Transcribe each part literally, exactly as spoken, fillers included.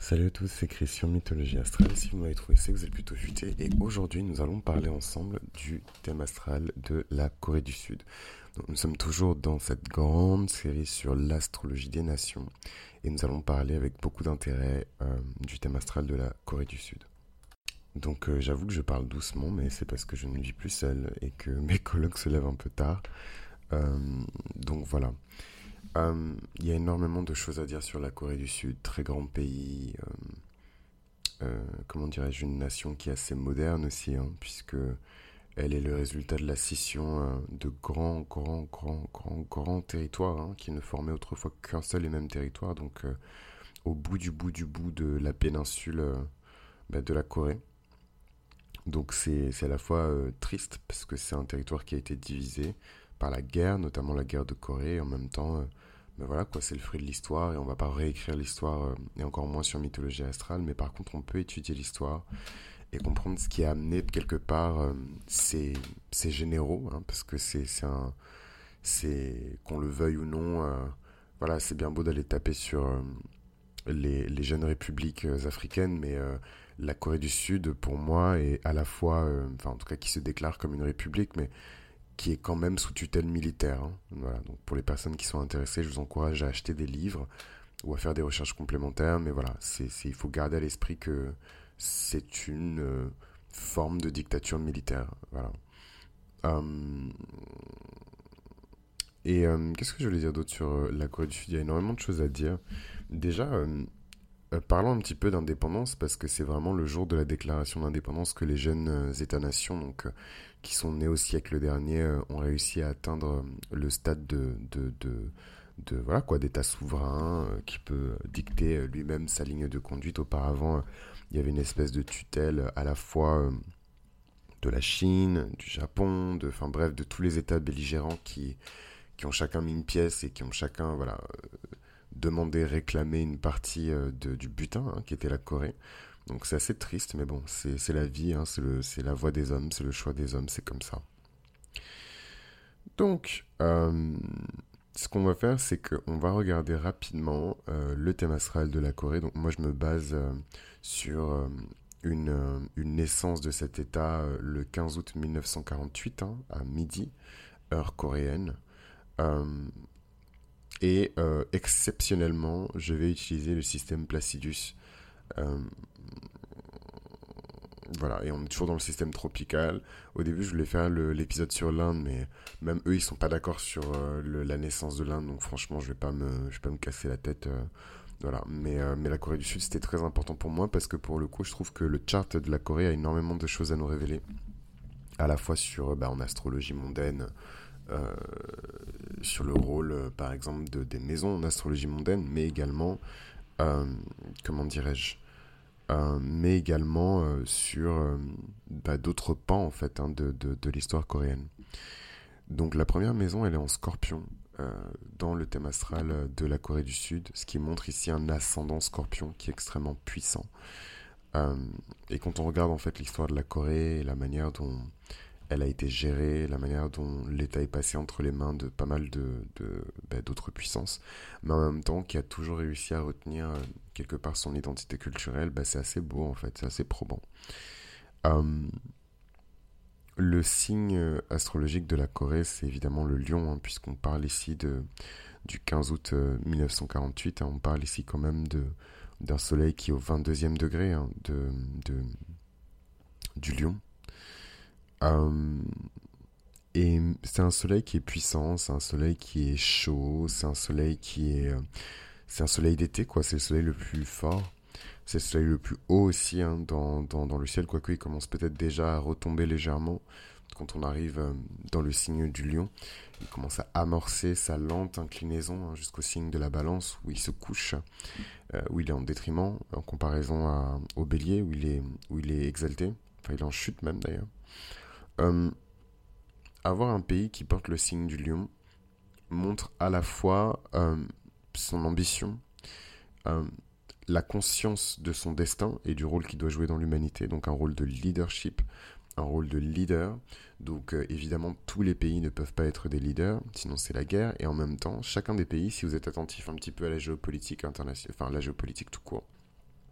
Salut à tous, c'est Christian Mythologie Astrale. Si vous m'avez trouvé, c'est que vous êtes plutôt futé. Et aujourd'hui, nous allons parler ensemble du thème astral de la Corée du Sud. Donc, nous sommes toujours dans cette grande série sur l'astrologie des nations. Et nous allons parler avec beaucoup d'intérêt euh, du thème astral de la Corée du Sud. Donc euh, j'avoue que je parle doucement, mais c'est parce que je ne vis plus seul et que mes colocs se lèvent un peu tard. Euh, donc voilà. Euh, Il y a énormément de choses à dire sur la Corée du Sud, très grand pays, euh, euh, comment dirais-je, une nation qui est assez moderne aussi, hein, puisque elle est le résultat de la scission euh, de grands, grands, grands, grands, grands territoires hein, qui ne formaient autrefois qu'un seul et même territoire, donc euh, au bout du bout du bout de la péninsule euh, bah, de la Corée. Donc c'est c'est à la fois euh, triste parce que c'est un territoire qui a été divisé par la guerre, notamment la guerre de Corée, et en même temps, euh, ben voilà quoi, c'est le fruit de l'histoire et on va pas réécrire l'histoire euh, et encore moins sur mythologie astrale, mais par contre on peut étudier l'histoire et comprendre ce qui a amené quelque part euh, ces, ces généraux, hein, parce que c'est c'est un c'est qu'on le veuille ou non, euh, voilà c'est bien beau d'aller taper sur euh, les, les jeunes républiques euh, africaines, mais euh, la Corée du Sud, pour moi, est à la fois, euh, enfin en tout cas qui se déclare comme une république, mais qui est quand même sous tutelle militaire, hein. Voilà, donc pour les personnes qui sont intéressées, je vous encourage à acheter des livres ou à faire des recherches complémentaires, mais voilà, c'est, c'est, il faut garder à l'esprit que c'est une euh, forme de dictature militaire. Voilà. Euh, et euh, qu'est-ce que je voulais dire d'autre sur euh, la Corée du Sud? Il y a énormément de choses à dire. Déjà, euh, Euh, parlons un petit peu d'indépendance parce que c'est vraiment le jour de la déclaration d'indépendance que les jeunes euh, États-nations, donc euh, qui sont nés au siècle dernier, euh, ont réussi à atteindre euh, le stade de, de, de, de, voilà quoi, d'État souverain euh, qui peut dicter euh, lui-même sa ligne de conduite. Auparavant, euh, il y avait une espèce de tutelle euh, à la fois euh, de la Chine, du Japon, de, enfin bref, de tous les États belligérants qui, qui ont chacun mis une pièce et qui ont chacun voilà demander, réclamer une partie euh, de, du butin hein, qui était la Corée. Donc c'est assez triste, mais bon, c'est c'est la vie, hein, c'est le- c'est la voie des hommes, c'est le choix des hommes, c'est comme ça. Donc, euh, ce qu'on va faire, c'est qu'on va regarder rapidement euh, le thème astral de la Corée. Donc moi, je me base euh, sur euh, une, euh, une naissance de cet État euh, le quinze août mille neuf cent quarante-huit, hein, à midi, heure coréenne. Euh, Et euh, exceptionnellement, je vais utiliser le système Placidus. Euh, voilà, et on est toujours dans le système tropical. Au début, je voulais faire le- l'épisode sur l'Inde, mais même eux, ils sont pas d'accord sur euh, le- la naissance de l'Inde, donc franchement, je vais pas me, je vais pas me casser la tête. euh, voilà, mais, euh, mais la Corée du Sud, c'était très important pour moi parce que pour le coup, je trouve que le chart de la Corée a énormément de choses à nous révéler, à la fois sur, euh, bah, en astrologie mondaine, euh, sur le rôle, euh, par exemple, de, des maisons en astrologie mondaine, mais également, euh, comment dirais-je, euh, mais également euh, sur euh, bah, d'autres pans en fait hein, de, de, de l'histoire coréenne. Donc la première maison, elle est en Scorpion, euh, dans le thème astral de la Corée du Sud, ce qui montre ici un ascendant Scorpion qui est extrêmement puissant. Euh, et quand on regarde en fait l'histoire de la Corée et la manière dont elle a été gérée, la manière dont l'État est passé entre les mains de pas mal de, de, bah, d'autres puissances, mais en même temps qui a toujours réussi à retenir euh, quelque part son identité culturelle, bah, c'est assez beau en fait, c'est assez probant. Euh, le signe euh, astrologique de la Corée, c'est évidemment le lion, hein, puisqu'on parle ici de, du quinze août euh, mille neuf cent quarante-huit, hein, on parle ici quand même de, d'un soleil qui est au vingt-deuxième degré hein, de, de, du lion. Euh, Et c'est un soleil qui est puissant, c'est un soleil qui est chaud, c'est un soleil qui est... euh, c'est un soleil d'été, quoi, c'est le soleil le plus fort. C'est le soleil le plus haut aussi hein, dans, dans, dans le ciel, quoique il commence peut-être déjà à retomber légèrement. Quand on arrive euh, dans le signe du lion, il commence à amorcer sa lente inclinaison hein, jusqu'au signe de la balance, où il se couche, euh, où il est en détriment, en comparaison à, au bélier, où il, est, où il est exalté. Enfin, il est en chute même d'ailleurs. Euh, Avoir un pays qui porte le signe du lion montre à la fois euh, son ambition, euh, la conscience de son destin et du rôle qu'il doit jouer dans l'humanité, donc un rôle de leadership, un rôle de leader. Donc euh, évidemment, tous les pays ne peuvent pas être des leaders, sinon c'est la guerre. Et en même temps, chacun des pays, si vous êtes attentif un petit peu à la géopolitique internationale, enfin la géopolitique tout court,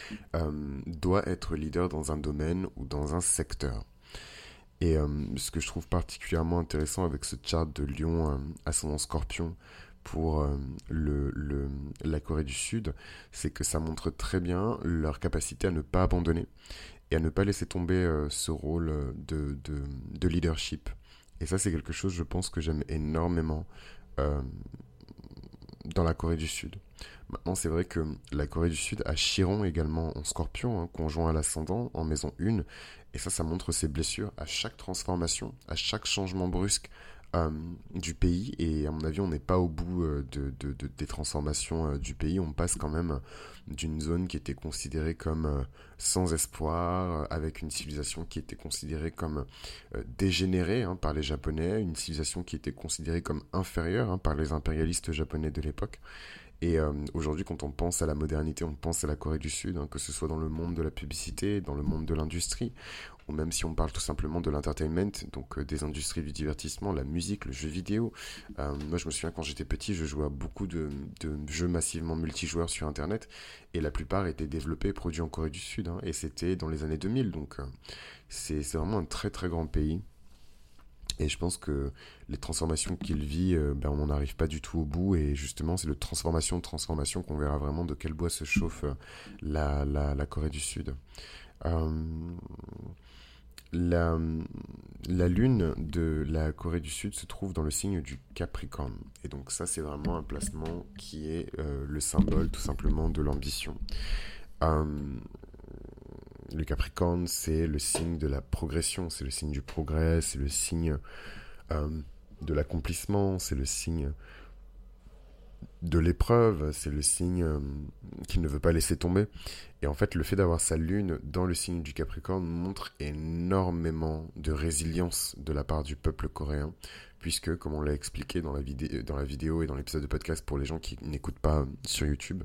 euh, doit être leader dans un domaine ou dans un secteur. Et euh, ce que je trouve particulièrement intéressant avec ce chart de Lion euh, ascendant Scorpion pour euh, le, le, la Corée du Sud, c'est que ça montre très bien leur capacité à ne pas abandonner et à ne pas laisser tomber euh, ce rôle de, de, de leadership. Et ça, c'est quelque chose, je pense, que j'aime énormément euh, dans la Corée du Sud. Maintenant, c'est vrai que la Corée du Sud a Chiron également en Scorpion, hein, conjoint à l'ascendant, en maison un. Et ça, ça montre ses blessures à chaque transformation, à chaque changement brusque euh, du pays. Et à mon avis, on n'est pas au bout euh, de, de- de- des transformations euh, du pays. On passe quand même d'une zone qui était considérée comme euh, sans espoir, euh, avec une civilisation qui était considérée comme euh, dégénérée, hein, par les Japonais, une civilisation qui était considérée comme inférieure, hein, par les impérialistes japonais de l'époque. Et euh, aujourd'hui, quand on pense à la modernité, on pense à la Corée du Sud, hein, que ce soit dans le monde de la publicité, dans le monde de l'industrie, ou même si on parle tout simplement de l'entertainment, donc euh, des industries du divertissement, la musique, le jeu vidéo. Euh, moi, je me souviens quand j'étais petit, je jouais à beaucoup de, de jeux massivement multijoueurs sur Internet, et la plupart étaient développés et produits en Corée du Sud, hein, et c'était dans les années deux mille, donc euh, c'est c'est vraiment un très très grand pays. Et je pense que les transformations qu'il vit, euh, ben, on n'en arrive pas du tout au bout. Et justement, c'est de transformation de transformation qu'on verra vraiment de quel bois se chauffe euh, la, la, la Corée du Sud. Euh, la, la lune de la Corée du Sud se trouve dans le signe du Capricorne. Et donc ça, c'est vraiment un placement qui est euh, le symbole tout simplement de l'ambition. Euh, le Capricorne, c'est le signe de la progression, c'est le signe du progrès, c'est le signe euh, de l'accomplissement, c'est le signe de l'épreuve, c'est le signe euh, qui ne veut pas laisser tomber. Et en fait, le fait d'avoir sa lune dans le signe du Capricorne montre énormément de résilience de la part du peuple coréen, puisque, comme on l'a expliqué dans la, vidé- dans la vidéo et dans l'épisode de podcast pour les gens qui n'écoutent pas sur YouTube,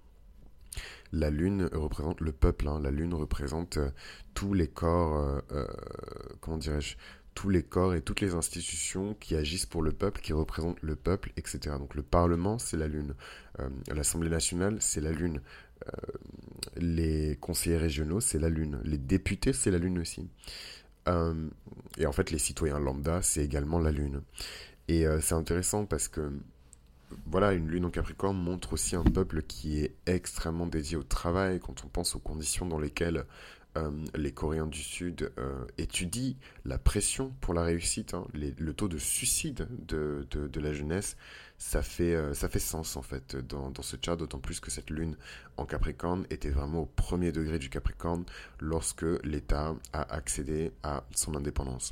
la lune représente le peuple, hein. La lune représente euh, tous les corps, euh, euh, comment dirais-je, tous les corps et toutes les institutions qui agissent pour le peuple, qui représentent le peuple, et cetera. Donc le Parlement, c'est la lune. Euh, L'Assemblée nationale, c'est la lune. Euh, les conseillers régionaux, c'est la lune. Les députés, c'est la lune aussi. Euh, et en fait, les citoyens lambda, c'est également la lune. Et euh, c'est intéressant parce que voilà, une lune en Capricorne montre aussi un peuple qui est extrêmement dédié au travail. Quand on pense aux conditions dans lesquelles euh, les Coréens du Sud euh, étudient la pression pour la réussite, hein, les- le taux de suicide de, de, de la jeunesse, ça fait, euh, ça fait sens en fait dans, dans ce chart, d'autant plus que cette lune en Capricorne était vraiment au premier degré du Capricorne lorsque l'État a accédé à son indépendance.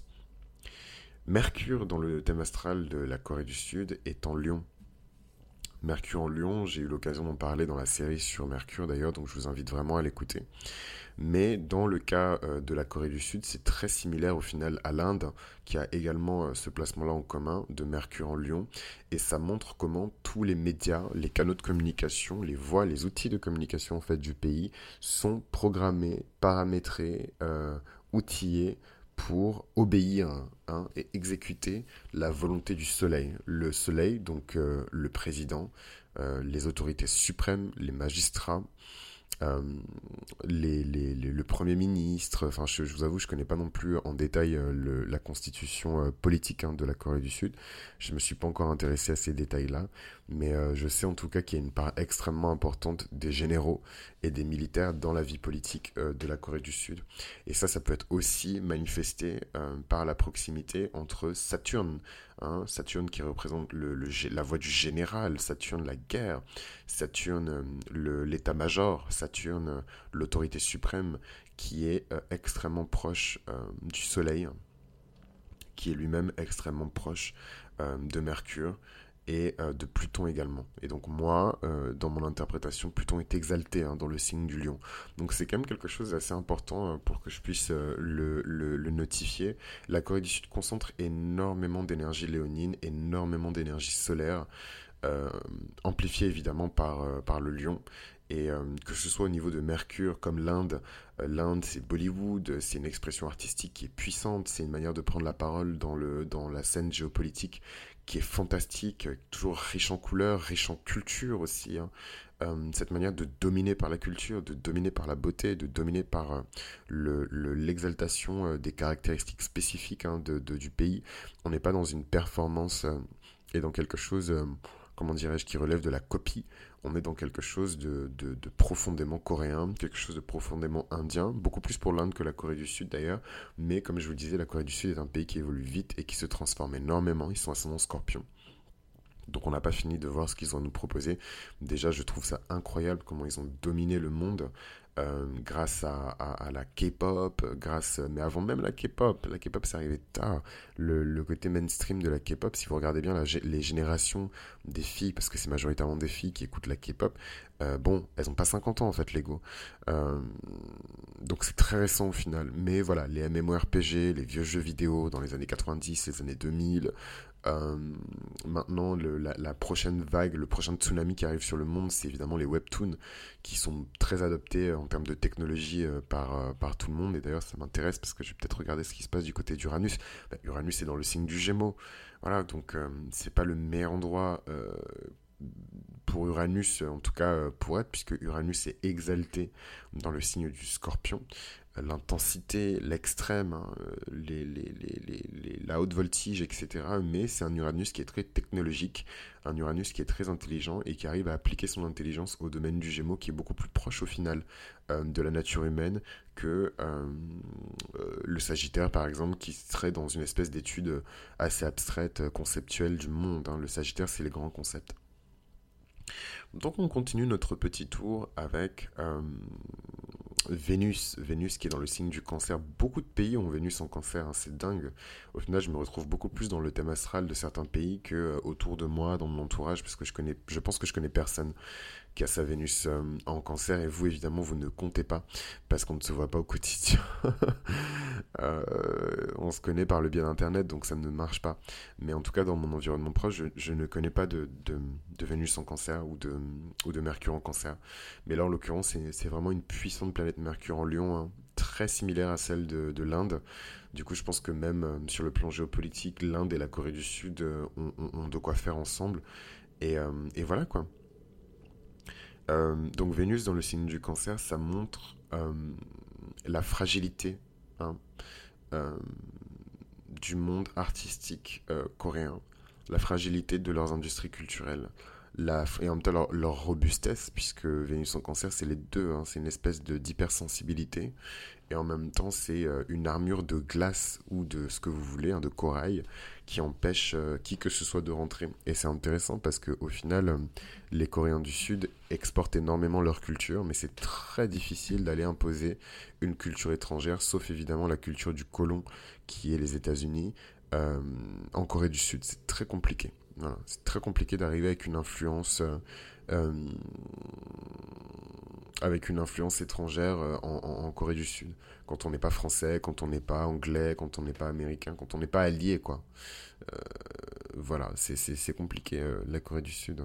Mercure, dans le thème astral de la Corée du Sud, est en Lion. Mercure en Lion, j'ai eu l'occasion d'en parler dans la série sur Mercure d'ailleurs, donc je vous invite vraiment à l'écouter. Mais dans le cas euh, de la Corée du Sud, c'est très similaire au final à l'Inde, qui a également euh, ce placement-là en commun de Mercure en Lion, et ça montre comment tous les médias, les canaux de communication, les voies, les outils de communication en fait du pays sont programmés, paramétrés, euh, outillés pour obéir, hein, et exécuter la volonté du soleil. Le soleil, donc euh, le président, euh, les autorités suprêmes, les magistrats, euh, les, les- les- le Premier ministre, enfin je, je vous avoue, je connais pas non plus en détail euh, le- la constitution euh, politique, hein, de la Corée du Sud. Je me suis pas encore intéressé à ces détails-là, mais euh, je sais en tout cas qu'il y a une part extrêmement importante des généraux et des militaires dans la vie politique euh, de la Corée du Sud. Et ça, ça peut être aussi manifesté euh, par la proximité entre Saturne, hein, Saturne qui représente le, le gé- la voix du général, Saturne la guerre, Saturne, euh, le- l'état-major, Saturne, euh, l'autorité suprême, qui est euh, extrêmement proche euh, du Soleil, qui est lui-même extrêmement proche euh, de Mercure et euh, de Pluton également. Et donc moi, euh, dans mon interprétation, Pluton est exalté, hein, dans le signe du Lion. Donc c'est quand même quelque chose d'assez important euh, pour que je puisse euh, le, le, le notifier. La Corée du Sud concentre énormément d'énergie léonine, énormément d'énergie solaire, euh, amplifié évidemment par, euh, par le lion. Et euh, que ce soit au niveau de Mercure, comme l'Inde, euh, l'Inde c'est Bollywood, c'est une expression artistique qui est puissante, c'est une manière de prendre la parole dans, le, dans la scène géopolitique qui est fantastique, toujours riche en couleurs, riche en culture aussi, hein. Euh, cette manière de dominer par la culture, de dominer par la beauté, de dominer par euh, le, le- l'exaltation euh, des caractéristiques spécifiques, hein, de, de- du pays. On n'est pas dans une performance euh, et dans quelque chose, euh, comment dirais-je, qui relève de la copie. On est dans quelque chose de, de- de profondément coréen, quelque chose de profondément indien, beaucoup plus pour l'Inde que la Corée du Sud d'ailleurs. Mais comme je vous le disais, la Corée du Sud est un pays qui évolue vite et qui se transforme énormément. Ils sont ascendant scorpion. Donc on n'a pas fini de voir ce qu'ils ont à nous proposer. Déjà, je trouve ça incroyable comment ils ont dominé le monde euh, grâce à, à- à la K-pop, grâce, mais avant même la K-pop, la K-pop c'est arrivé tard. Le, le côté mainstream de la K-pop, si vous regardez bien la gé- les générations des filles, parce que c'est majoritairement des filles qui écoutent la K-pop, euh, bon, elles n'ont pas cinquante ans en fait, Lego. Euh, donc c'est très récent au final. Mais voilà, les MMORPG, les vieux jeux vidéo dans les années quatre-vingt-dix, les années deux mille, euh, maintenant, le- la, la prochaine vague, le prochain tsunami qui arrive sur le monde, c'est évidemment les webtoons qui sont très adoptés euh, en termes de technologie euh, par, euh, par tout le monde. Et d'ailleurs, ça m'intéresse parce que je vais peut-être regarder ce qui se passe du côté d'Uranus. Bah, Uranus est dans le signe du Gémeaux. Voilà, donc euh, c'est pas le meilleur endroit euh, pour Uranus, en tout cas euh, pour être, puisque Uranus est exalté dans le signe du Scorpion. L'intensité, l'extrême, hein, les, les, les, les, les- la haute voltige, et cetera. Mais c'est un Uranus qui est très technologique, un Uranus qui est très intelligent et qui arrive à appliquer son intelligence au domaine du Gémeaux, qui est beaucoup plus proche au final euh, de la nature humaine que euh, euh, le Sagittaire, par exemple, qui serait dans une espèce d'étude assez abstraite, euh, conceptuelle du monde, hein. Le Sagittaire, c'est les grands concepts. Donc on continue notre petit tour avec euh, Vénus. Vénus qui est dans le signe du cancer. Beaucoup de pays ont Vénus en cancer, hein, c'est dingue. Au final, je me retrouve beaucoup plus dans le thème astral de certains pays que euh, autour de moi, dans mon entourage, parce que je connais, je pense que je connais personne qui a sa Vénus euh, en cancer, et vous, évidemment, vous ne comptez pas, parce qu'on ne se voit pas au quotidien. Euh, on se connaît par le biais d'Internet, donc ça ne marche pas. Mais en tout cas, dans mon environnement proche, je, je ne connais pas de, de, de Vénus en cancer ou de, ou de Mercure en cancer. Mais là, en l'occurrence, c'est, c'est vraiment une puissante planète Mercure en Lion, hein, très similaire à celle de, de l'Inde. Du coup, je pense que même euh, sur le plan géopolitique, l'Inde et la Corée du Sud euh, ont, ont- ont de quoi faire ensemble. Et, euh, et voilà quoi. Euh, donc Vénus dans le signe du cancer, ça montre euh, la fragilité, hein, euh, du monde artistique euh, coréen, la fragilité de leurs industries culturelles, la, et en même temps leur, leur robustesse, puisque Vénus en cancer, c'est les deux, hein, c'est une espèce de d'hypersensibilité, et en même temps c'est euh, une armure de glace ou de ce que vous voulez, hein, de corail, qui empêche euh, qui que ce soit de rentrer. Et c'est intéressant parce qu'au final, euh, les Coréens du Sud exportent énormément leur culture, mais c'est très difficile d'aller imposer une culture étrangère, sauf évidemment la culture du colon, qui est les États-Unis, euh, en Corée du Sud. C'est très compliqué. Voilà. C'est très compliqué d'arriver avec une influence... euh, euh, avec une influence étrangère euh, en, en- en Corée du Sud. Quand on n'est pas français, quand on n'est pas anglais, quand on n'est pas américain, quand on n'est pas allié, quoi. Euh, voilà, c'est, c'est, c'est compliqué, euh, la Corée du Sud.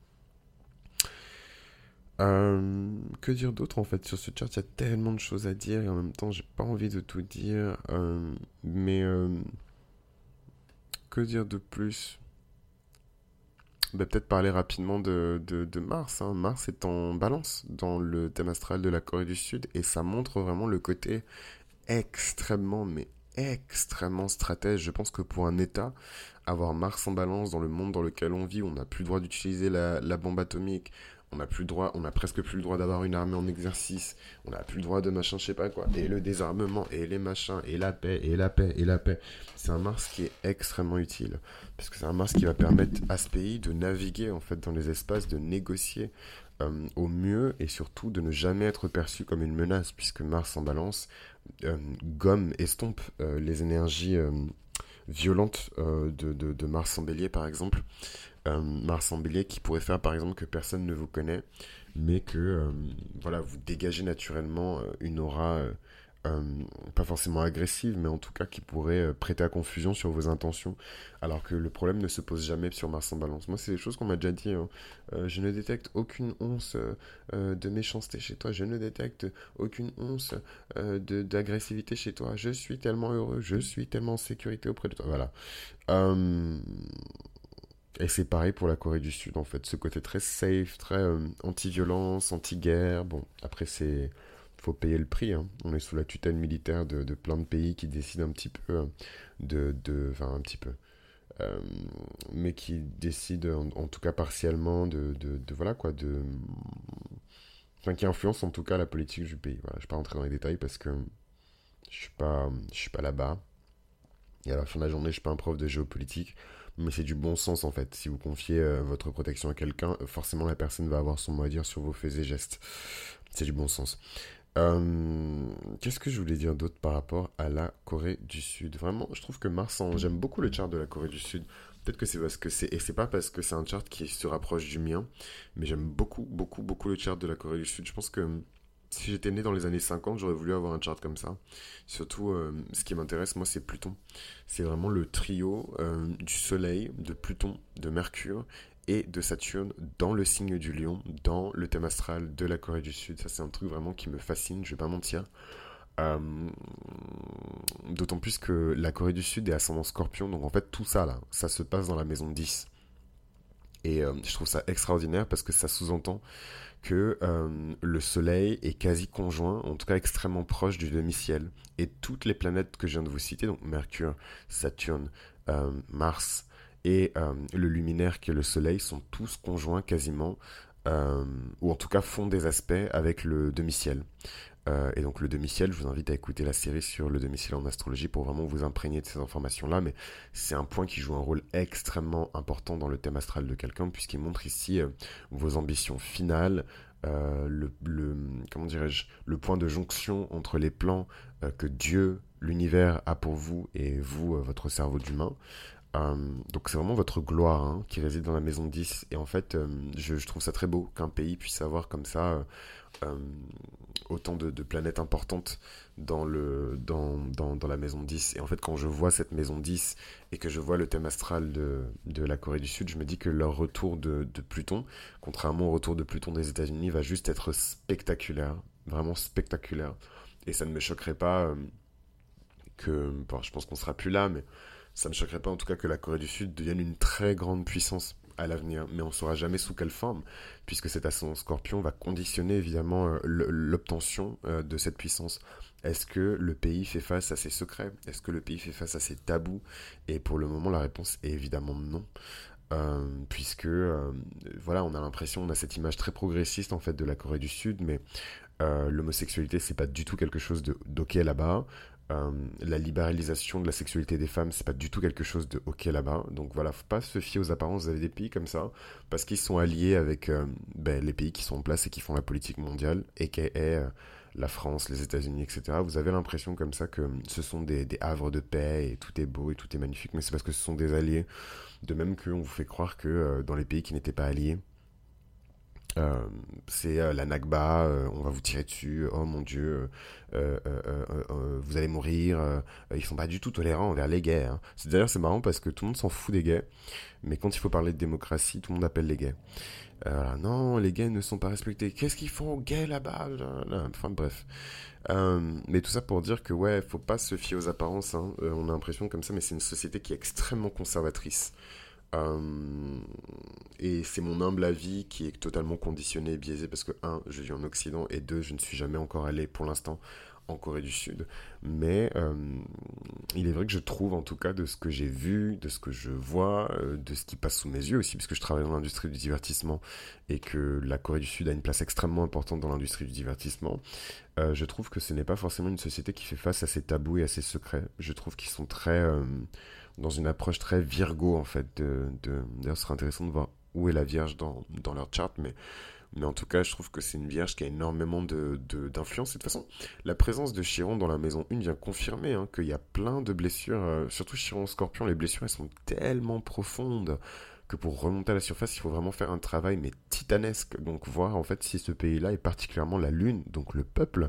Euh, que dire d'autre en fait sur ce chat? Il y a tellement de choses à dire et en même temps j'ai pas envie de tout dire. Euh, mais euh, que dire de plus? Bah, peut-être parler rapidement de, de, de Mars, hein. Mars est en balance dans le thème astral de la Corée du Sud et ça montre vraiment le côté extrêmement, mais extrêmement stratège. Je pense que pour un État, avoir Mars en balance dans le monde dans lequel on vit, on n'a plus le droit d'utiliser la, la bombe atomique, on n'a plus le droit, on a presque plus le droit d'avoir une armée en exercice, on n'a plus le droit de machin, je sais pas quoi, et le désarmement, et les machins, et la paix, et la paix, et la paix. C'est un Mars qui est extrêmement utile, parce que c'est un Mars qui va permettre à ce pays de naviguer en fait dans les espaces, de négocier euh, au mieux, et surtout de ne jamais être perçu comme une menace, puisque Mars en balance euh, gomme, estompe euh, les énergies euh, violentes euh, de, de, de Mars en bélier par exemple. Euh, Mars en bélier qui pourrait faire par exemple que personne ne vous connaît, mais que euh, voilà, vous dégagez naturellement euh, une aura euh, euh, pas forcément agressive, mais en tout cas qui pourrait euh, prêter à confusion sur vos intentions, alors que le problème ne se pose jamais sur Mars en Balance. Moi, c'est des choses qu'on m'a déjà dit, hein. Euh, je ne détecte aucune once euh, euh, de méchanceté chez toi, je ne détecte aucune once euh, de, d'agressivité chez toi, je suis tellement heureux, je suis tellement en sécurité auprès de toi. Voilà. Euh, et c'est pareil pour la Corée du Sud, en fait. Ce côté très safe, très euh, anti-violence, anti-guerre. Bon, après, c'est... faut payer le prix, hein. On est sous la tutelle militaire de, de plein de pays qui décident un petit peu euh, de... de enfin, un petit peu. Euh, mais qui décident, en, en tout cas partiellement, de, de, de... Voilà, quoi, de... Enfin, qui influencent en tout cas la politique du pays. Voilà, je ne vais pas rentrer dans les détails parce que je suis pas, je suis pas là-bas. Et à la fin de la journée, je suis pas un prof de géopolitique, mais c'est du bon sens en fait. Si vous confiez euh, votre protection à quelqu'un, euh, forcément la personne va avoir son mot à dire sur vos faits et gestes. C'est du bon sens. Euh, Qu'est-ce que je voulais dire d'autre par rapport à la Corée du Sud? Vraiment, je trouve que Mars, en- j'aime beaucoup le chart de la Corée du Sud. Peut-être que c'est parce que c'est... Et c'est pas parce que c'est un chart qui se rapproche du mien, mais j'aime beaucoup, beaucoup, beaucoup le chart de la Corée du Sud. Je pense que hum, si j'étais né dans les années cinquante, j'aurais voulu avoir un chart comme ça. Surtout, euh, ce qui m'intéresse, moi, c'est Pluton. C'est vraiment le trio euh, du Soleil, de Pluton, de Mercure et de Saturne dans le signe du Lion, dans le thème astral de la Corée du Sud. Ça, c'est un truc vraiment qui me fascine, je vais pas mentir. Euh, D'autant plus que la Corée du Sud est ascendant Scorpion, donc en fait, tout ça, là, ça se passe dans la maison dix. Et euh, je trouve ça extraordinaire parce que ça sous-entend que euh, le Soleil est quasi conjoint, en tout cas extrêmement proche du demi-ciel. Et toutes les planètes que je viens de vous citer, donc Mercure, Saturne, euh, Mars et euh, le luminaire qui est le Soleil, sont tous conjoints quasiment, euh, ou en tout cas font des aspects avec le demi-ciel. Euh, et donc le demi-ciel, je vous invite à écouter la série sur le demi-ciel en astrologie pour vraiment vous imprégner de ces informations-là, mais c'est un point qui joue un rôle extrêmement important dans le thème astral de quelqu'un, puisqu'il montre ici euh, vos ambitions finales, euh, le, le, comment dirais-je, le point de jonction entre les plans euh, que Dieu, l'univers a pour vous et vous, euh, votre cerveau d'humain. Euh, donc c'est vraiment votre gloire hein, qui réside dans la maison dix. Et en fait, euh, je, je trouve ça très beau qu'un pays puisse avoir comme ça euh, euh, autant de, de planètes importantes dans, le, dans, dans, dans la maison dix. Et en fait, quand je vois cette maison dix et que je vois le thème astral de, de la Corée du Sud, je me dis que leur retour de, de Pluton, contrairement au retour de Pluton des États-Unis, va juste être spectaculaire. Vraiment spectaculaire. Et ça ne me choquerait pas euh, que... Bon, je pense qu'on sera plus là, mais ça ne me choquerait pas en tout cas que la Corée du Sud devienne une très grande puissance à l'avenir, mais on ne saura jamais sous quelle forme, puisque cet ascendant Scorpion va conditionner évidemment euh, l'obtention euh, de cette puissance. Est-ce que le pays fait face à ses secrets? Est-ce que le pays fait face à ses tabous? Et pour le moment, la réponse est évidemment non. Euh, puisque euh, voilà, on a l'impression, on a cette image très progressiste en fait de la Corée du Sud, mais euh, l'homosexualité c'est pas du tout quelque chose de d'ok là-bas. Euh, la libéralisation de la sexualité des femmes, c'est pas du tout quelque chose de ok là-bas. Donc voilà, faut pas se fier aux apparences. Vous avez des pays comme ça parce qu'ils sont alliés avec euh, ben, les pays qui sont en place et qui font la politique mondiale, et qui est euh, la France, les États-Unis, et cetera. Vous avez l'impression comme ça que ce sont des, des havres de paix et tout est beau et tout est magnifique, mais c'est parce que ce sont des alliés. De même qu'on vous fait croire que euh, dans les pays qui n'étaient pas alliés, euh, c'est euh, la Nakba, euh, on va vous tirer dessus, oh mon Dieu, euh, euh, euh, euh, euh, vous allez mourir. Euh, ils sont pas du tout tolérants envers les gays. Hein. C'est d'ailleurs c'est marrant parce que tout le monde s'en fout des gays, mais quand il faut parler de démocratie, tout le monde appelle les gays. Euh, voilà, non, les gays ne sont pas respectés. Qu'est-ce qu'ils font aux gays là-bas? Enfin bref. Euh, mais tout ça pour dire que ouais, faut pas se fier aux apparences. Hein. Euh, on a l'impression comme ça, mais c'est une société qui est extrêmement conservatrice. Euh, et c'est mon humble avis qui est totalement conditionné et biaisé parce que, un, je vis en Occident et deux, je ne suis jamais encore allé pour l'instant en Corée du Sud. Mais euh, il est vrai que je trouve, en tout cas, de ce que j'ai vu, de ce que je vois, euh, de ce qui passe sous mes yeux aussi, parce que je travaille dans l'industrie du divertissement et que la Corée du Sud a une place extrêmement importante dans l'industrie du divertissement. Euh, je trouve que ce n'est pas forcément une société qui fait face à ses tabous et à ses secrets. Je trouve qu'ils sont très... euh, dans une approche très Virgo en fait. De, de... D'ailleurs, ce serait intéressant de voir où est la Vierge dans, dans leur chart, mais, mais en tout cas, je trouve que c'est une Vierge qui a énormément de, de, d'influence. Et de toute façon, la présence de Chiron dans la maison un vient confirmer hein, qu'il y a plein de blessures, euh, surtout Chiron Scorpion, les blessures elles sont tellement profondes que pour remonter à la surface, il faut vraiment faire un travail mais titanesque. Donc voir en fait si ce pays-là, et particulièrement la Lune, donc le peuple,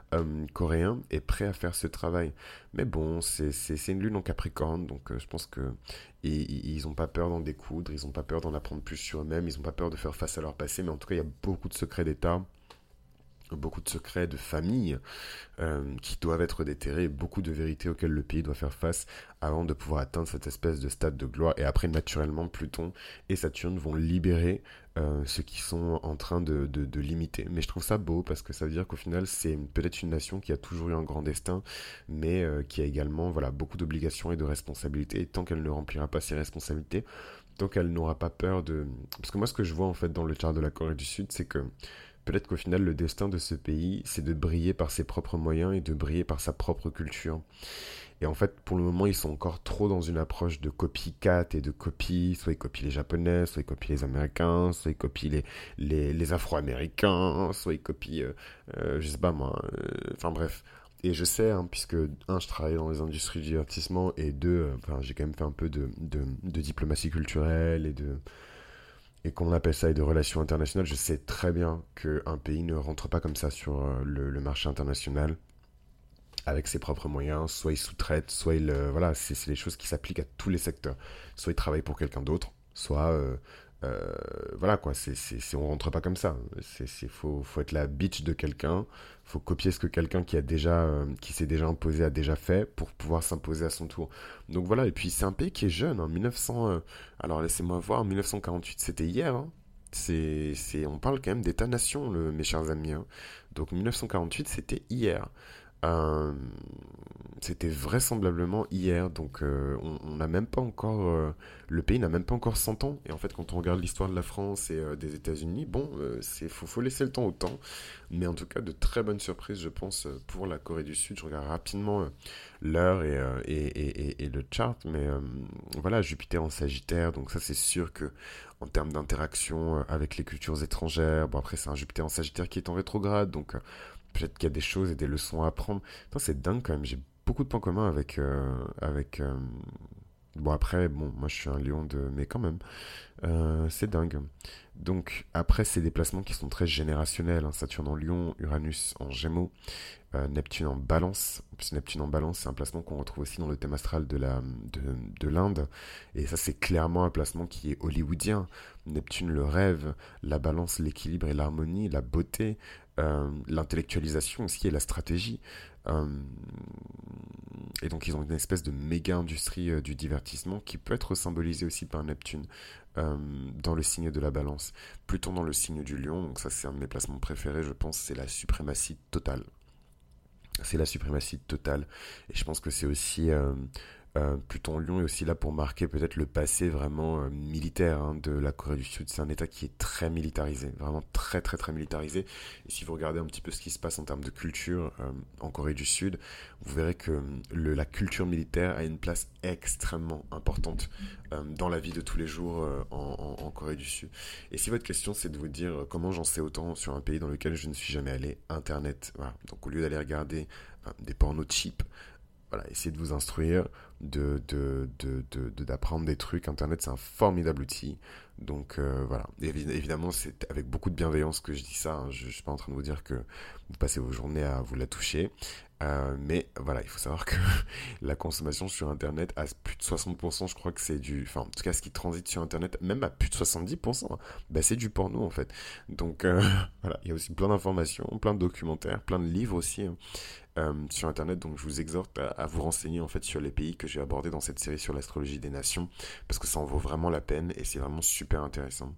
euh, coréen est prêt à faire ce travail. Mais bon, c'est, c'est, c'est une lune en Capricorne, donc euh, je pense que et- et- ils n'ont pas peur d'en découdre, ils n'ont pas peur d'en apprendre plus sur eux-mêmes, ils n'ont pas peur de faire face à leur passé, mais en tout cas, il y a beaucoup de secrets d'État, beaucoup de secrets de famille euh, qui doivent être déterrés, beaucoup de vérités auxquelles le pays doit faire face avant de pouvoir atteindre cette espèce de stade de gloire. Et après, naturellement, Pluton et Saturne vont libérer euh, ceux qui sont en train de, de, de limiter. Mais je trouve ça beau parce que ça veut dire qu'au final, c'est peut-être une nation qui a toujours eu un grand destin, mais euh, qui a également voilà, beaucoup d'obligations et de responsabilités. Et tant qu'elle ne remplira pas ses responsabilités, tant qu'elle n'aura pas peur de... Parce que moi, ce que je vois en fait dans le chart de la Corée du Sud, c'est que peut-être qu'au final, le destin de ce pays, c'est de briller par ses propres moyens et de briller par sa propre culture. Et en fait, pour le moment, ils sont encore trop dans une approche de copycat et de copie. Soit ils copient les Japonais, soit ils copient les Américains, soit ils copient les, les, les Afro-Américains, soit ils copient, euh, euh, je sais pas moi. euh, Enfin bref. Et je sais, hein, puisque, un, je travaille dans les industries du divertissement, et deux, euh, enfin, j'ai quand même fait un peu de, de, de diplomatie culturelle et de, et qu'on appelle ça et de relations internationales, je sais très bien qu'un pays ne rentre pas comme ça sur euh, le, le marché international avec ses propres moyens, soit il sous-traite, soit il... euh, voilà, c'est c'est les choses qui s'appliquent à tous les secteurs. Soit il travaille pour quelqu'un d'autre, soit... euh, euh, voilà quoi, c'est, c'est, c'est- on rentre pas comme ça. C'est, c'est, faut, faut être la bitch de quelqu'un, faut copier ce que quelqu'un qui a déjà, euh, qui s'est déjà imposé a déjà fait pour pouvoir s'imposer à son tour. Donc voilà, et puis c'est un pays qui est jeune, hein, mille neuf cents, euh, alors laissez-moi voir, mille neuf cent quarante-huit c'était hier, hein. C'est, c'est, on parle quand même d'État-nation, le- mes chers amis, hein. Donc mille neuf cent quarante-huit c'était hier. Euh, C'était vraisemblablement hier, donc euh, on on n'a même pas encore, euh, le pays n'a même pas encore cent ans. Et en fait, quand on regarde l'histoire de la France et euh, des États-Unis, bon, euh, c'est faut, faut laisser le temps au temps. Mais en tout cas, de très bonnes surprises, je pense, euh, pour la Corée du Sud. Je regarde rapidement euh, l'heure et, euh, et, et, et- et le chart, mais euh, voilà, Jupiter en Sagittaire, donc ça c'est sûr que en termes d'interaction euh, avec les cultures étrangères, bon après c'est un Jupiter en Sagittaire qui est en rétrograde, donc euh, peut-être qu'il y a des choses et des leçons à apprendre. Putain, c'est dingue quand même, j'ai beaucoup de points communs avec... euh, avec euh, Bon après, bon, moi je suis un lion de... Mais quand même, euh, c'est dingue. Donc après, ces déplacements qui sont très générationnels, hein, Saturne en lion, Uranus en gémeaux, euh, Neptune en balance. En plus, Neptune en balance, c'est un placement qu'on retrouve aussi dans le thème astral de la, de, de l'Inde. Et ça, c'est clairement un placement qui est hollywoodien. Neptune, le rêve, la balance, l'équilibre et l'harmonie, la beauté, euh, l'intellectualisation aussi et la stratégie. Euh, et donc, ils ont une espèce de méga industrie euh, du divertissement qui peut être symbolisée aussi par Neptune euh, dans le signe de la balance. Pluton dans le signe du lion, donc ça, c'est un de mes placements préférés, je pense, c'est la suprématie totale. C'est la suprématie totale. Et je pense que c'est aussi... euh, euh, Pluton Lion est aussi là pour marquer peut-être le passé vraiment euh, militaire hein, de la Corée du Sud. C'est un État qui est très militarisé, vraiment très très très militarisé. Et si vous regardez un petit peu ce qui se passe en termes de culture euh, en Corée du Sud, vous verrez que le, la culture militaire a une place extrêmement importante euh, dans la vie de tous les jours euh, en, en- en Corée du Sud. Et si votre question c'est de vous dire euh, comment j'en sais autant sur un pays dans lequel je ne suis jamais allé, Internet. Voilà. Donc au lieu d'aller regarder euh, des pornos cheap, voilà, essayez de vous instruire, de, de, de, de- de- d'apprendre des trucs. Internet, c'est un formidable outil. Donc euh, voilà, Évi- évidemment, c'est avec beaucoup de bienveillance que je dis ça, hein. Je ne suis pas en train de vous dire que vous passez vos journées à vous la toucher. Euh, mais voilà, il faut savoir que la consommation sur Internet, à plus de soixante pour cent, je crois que c'est du... Enfin, en tout cas, ce qui transite sur Internet, même à plus de soixante-dix pour cent, hein, bah, c'est du porno, en fait. Donc euh, voilà, il y a aussi plein d'informations, plein de documentaires, plein de livres aussi, hein, euh, sur Internet. Donc je vous exhorte à, à vous renseigner en fait sur les pays que j'ai abordés dans cette série sur l'astrologie des nations, parce que ça en vaut vraiment la peine et c'est vraiment super intéressant.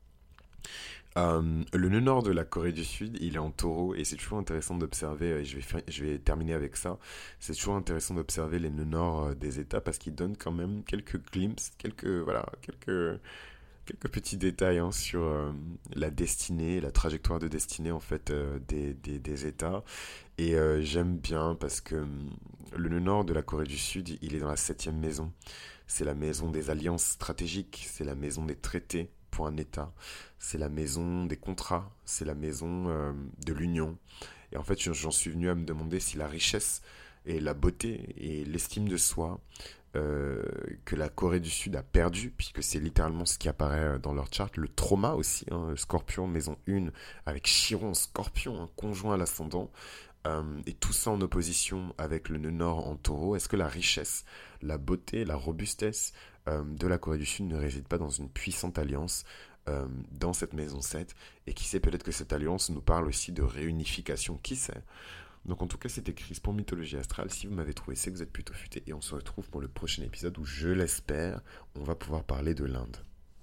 Euh, le nœud nord de la Corée du Sud, il est en taureau et c'est toujours intéressant d'observer, euh, et je vais, faire- je vais terminer avec ça, c'est toujours intéressant d'observer les nœuds nord euh, des États parce qu'ils donnent quand même quelques glimpses, quelques, voilà, quelques, quelques petits détails hein, sur euh, la destinée, la trajectoire de destinée en fait euh, des, des, des États. Et euh, j'aime bien parce que hum, le nœud nord de la Corée du Sud, il est dans la septième maison. C'est la maison des alliances stratégiques, c'est la maison des traités pour un État, c'est la maison des contrats, c'est la maison euh, de l'union. Et en fait, j'en suis venu à me demander si la richesse et la beauté et l'estime de soi euh, que la Corée du Sud a perdu, puisque c'est littéralement ce qui apparaît dans leur chart. Le trauma aussi, hein, Scorpion, maison un, avec Chiron, Scorpion, un conjoint à l'ascendant. Euh, et tout ça en opposition avec le nœud nord en taureau. Est-ce que la richesse, la beauté, la robustesse euh, de la Corée du Sud ne réside pas dans une puissante alliance euh, dans cette maison sept? Et qui sait, peut-être que cette alliance nous parle aussi de réunification, qui sait? Donc en tout cas, c'était Chris pour Mythologie Astrale. Si vous m'avez trouvé, c'est que vous êtes plutôt futé. Et on se retrouve pour le prochain épisode où, je l'espère, on va pouvoir parler de l'Inde.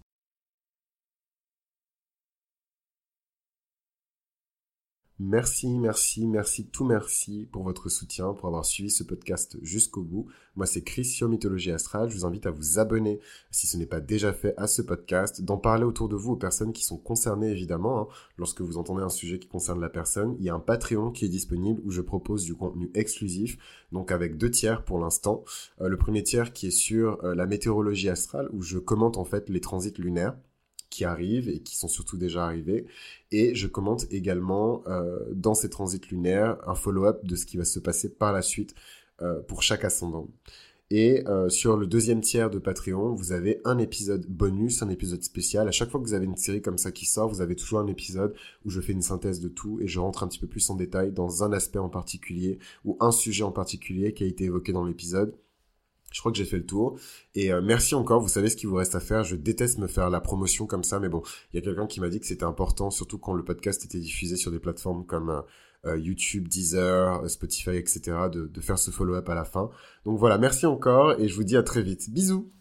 Merci, merci, merci, tout merci pour votre soutien, pour avoir suivi ce podcast jusqu'au bout. Moi, c'est Chris sur Mythologie Astrale. Je vous invite à vous abonner, si ce n'est pas déjà fait, à ce podcast, d'en parler autour de vous aux personnes qui sont concernées, évidemment. Hein. Lorsque vous entendez un sujet qui concerne la personne, il y a un Patreon qui est disponible où je propose du contenu exclusif, donc avec deux tiers pour l'instant. Euh, le premier tiers qui est sur euh, la météorologie astrale, où je commente en fait les transits lunaires qui arrivent et qui sont surtout déjà arrivés. Et je commente également euh, dans ces transits lunaires un follow-up de ce qui va se passer par la suite euh, pour chaque ascendant. Et euh, sur le deuxième tiers de Patreon, vous avez un épisode bonus, un épisode spécial. À chaque fois que vous avez une série comme ça qui sort, vous avez toujours un épisode où je fais une synthèse de tout et je rentre un petit peu plus en détail dans un aspect en particulier ou un sujet en particulier qui a été évoqué dans l'épisode. Je crois que j'ai fait le tour. Et euh, merci encore, vous savez ce qu'il vous reste à faire. Je déteste me faire la promotion comme ça, mais bon, il y a quelqu'un qui m'a dit que c'était important, surtout quand le podcast était diffusé sur des plateformes comme euh, euh, YouTube, Deezer, Spotify, et cetera, de, de faire ce follow-up à la fin. Donc voilà, merci encore et je vous dis à très vite. Bisous!